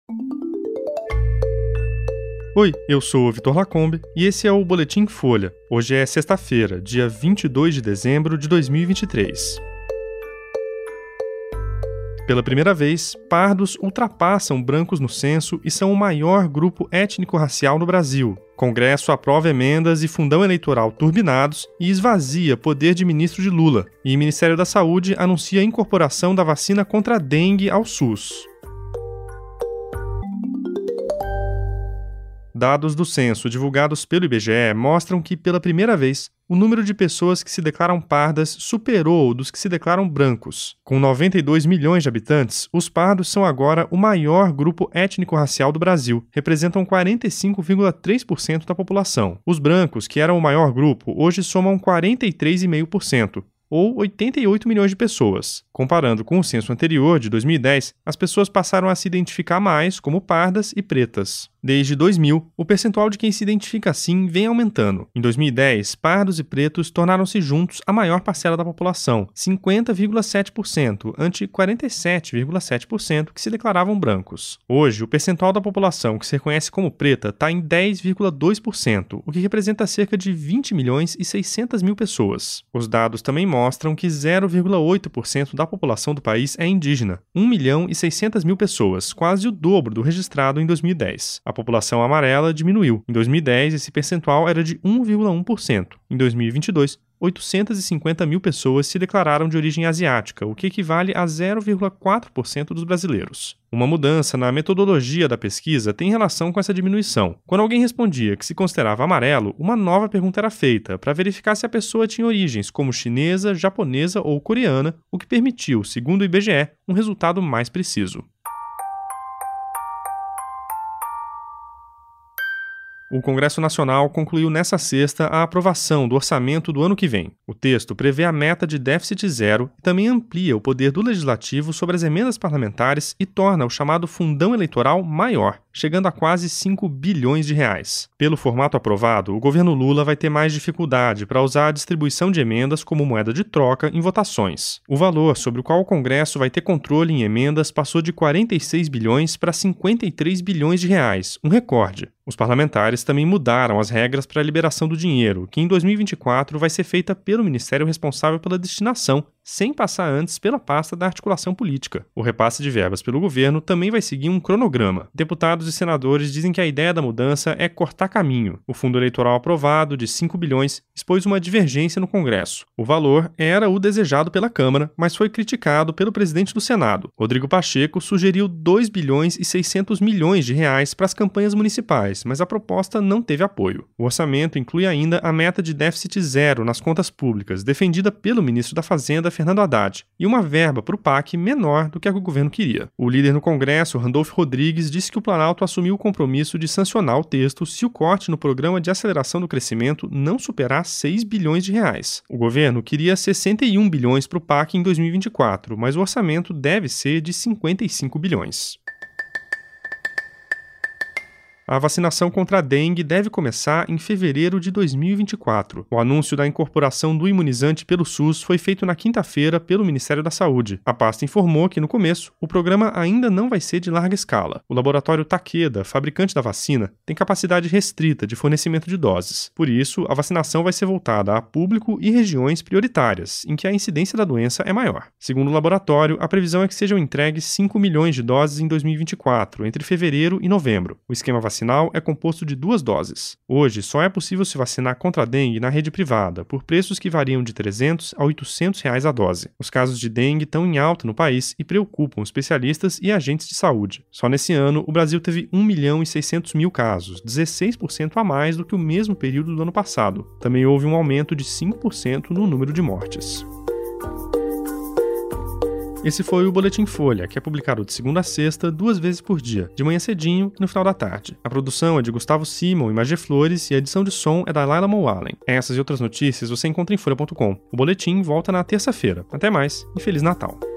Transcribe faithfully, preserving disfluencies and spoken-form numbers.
Oi, eu sou o Vitor Lacombe e esse é o Boletim Folha. Hoje é sexta-feira, dia vinte e dois de dezembro de dois mil e vinte e três. Pela primeira vez, pardos ultrapassam brancos no censo e são o maior grupo étnico-racial no Brasil. Congresso aprova emendas e fundão eleitoral turbinados e esvazia poder de ministro de Lula. E o Ministério da Saúde anuncia a incorporação da vacina contra a dengue ao SUS. Dados do censo divulgados pelo I B G E mostram que, pela primeira vez, o número de pessoas que se declaram pardas superou o dos que se declaram brancos. Com noventa e dois milhões de habitantes, os pardos são agora o maior grupo étnico-racial do Brasil, representam quarenta e cinco vírgula três por cento da população. Os brancos, que eram o maior grupo, hoje somam quarenta e três vírgula cinco por cento. Ou oitenta e oito milhões de pessoas. Comparando com o censo anterior, de dois mil e dez, as pessoas passaram a se identificar mais como pardas e pretas. Desde dois mil, o percentual de quem se identifica assim vem aumentando. Em dois mil e dez, pardos e pretos tornaram-se juntos a maior parcela da população, cinquenta vírgula sete por cento, ante quarenta e sete vírgula sete por cento que se declaravam brancos. Hoje, o percentual da população que se reconhece como preta está em dez vírgula dois por cento, o que representa cerca de vinte milhões e seiscentas mil pessoas. Os dados também mostram que zero vírgula oito por cento da população do país é indígena, um milhão e seiscentas mil pessoas, quase o dobro do registrado em dois mil e dez. A população amarela diminuiu. Em dois mil e dez, esse percentual era de um vírgula um por cento. Em dois mil e vinte e dois, oitocentas e cinquenta mil pessoas se declararam de origem asiática, o que equivale a zero vírgula quatro por cento dos brasileiros. Uma mudança na metodologia da pesquisa tem relação com essa diminuição. Quando alguém respondia que se considerava amarelo, uma nova pergunta era feita para verificar se a pessoa tinha origens como chinesa, japonesa ou coreana, o que permitiu, segundo o I B G E, um resultado mais preciso. O Congresso Nacional concluiu nesta sexta a aprovação do orçamento do ano que vem. O texto prevê a meta de déficit zero e também amplia o poder do Legislativo sobre as emendas parlamentares e torna o chamado fundão eleitoral maior, chegando a quase cinco bilhões de reais. Pelo formato aprovado, o governo Lula vai ter mais dificuldade para usar a distribuição de emendas como moeda de troca em votações. O valor sobre o qual o Congresso vai ter controle em emendas passou de quarenta e seis bilhões para cinquenta e três bilhões de reais, um recorde. Os parlamentares também mudaram as regras para a liberação do dinheiro, que em dois mil e vinte e quatro vai ser feita pelo Ministério responsável pela destinação, sem passar antes pela pasta da articulação política. O repasse de verbas pelo governo também vai seguir um cronograma. Deputados e senadores dizem que a ideia da mudança é cortar caminho. O fundo eleitoral aprovado, de cinco bilhões, expôs uma divergência no Congresso. O valor era o desejado pela Câmara, mas foi criticado pelo presidente do Senado. Rodrigo Pacheco sugeriu dois bilhões e seiscentos milhões de reais para as campanhas municipais, mas a proposta não teve apoio. O orçamento inclui ainda a meta de déficit zero nas contas públicas, defendida pelo ministro da Fazenda, Fernando Haddad, e uma verba para o P A C menor do que a que o governo queria. O líder no Congresso, Randolfo Rodrigues, disse que o Planalto assumiu o compromisso de sancionar o texto se o corte no Programa de Aceleração do Crescimento não superar seis bilhões de reais. O governo queria sessenta e um bilhões para o P A C em dois mil e vinte e quatro, mas o orçamento deve ser de cinquenta e cinco bilhões. A vacinação contra a dengue deve começar em fevereiro de dois mil e vinte e quatro. O anúncio da incorporação do imunizante pelo SUS foi feito na quinta-feira pelo Ministério da Saúde. A pasta informou que, no começo, o programa ainda não vai ser de larga escala. O laboratório Takeda, fabricante da vacina, tem capacidade restrita de fornecimento de doses. Por isso, a vacinação vai ser voltada a público e regiões prioritárias, em que a incidência da doença é maior. Segundo o laboratório, a previsão é que sejam entregues cinco milhões de doses em dois mil e vinte e quatro, entre fevereiro e novembro. O esquema vacinal vacinal é composto de duas doses. Hoje, só é possível se vacinar contra a dengue na rede privada, por preços que variam de trezentos a oitocentos reais a dose. Os casos de dengue estão em alta no país e preocupam especialistas e agentes de saúde. Só nesse ano, o Brasil teve um milhão e seiscentos mil casos, dezesseis por cento a mais do que o mesmo período do ano passado. Também houve um aumento de cinco por cento no número de mortes. Esse foi o Boletim Folha, que é publicado de segunda a sexta, duas vezes por dia, de manhã cedinho e no final da tarde. A produção é de Gustavo Simon e Magé Flores e a edição de som é da Laila Moalen. Essas e outras notícias você encontra em folha ponto com. O Boletim volta na terça-feira. Até mais e Feliz Natal!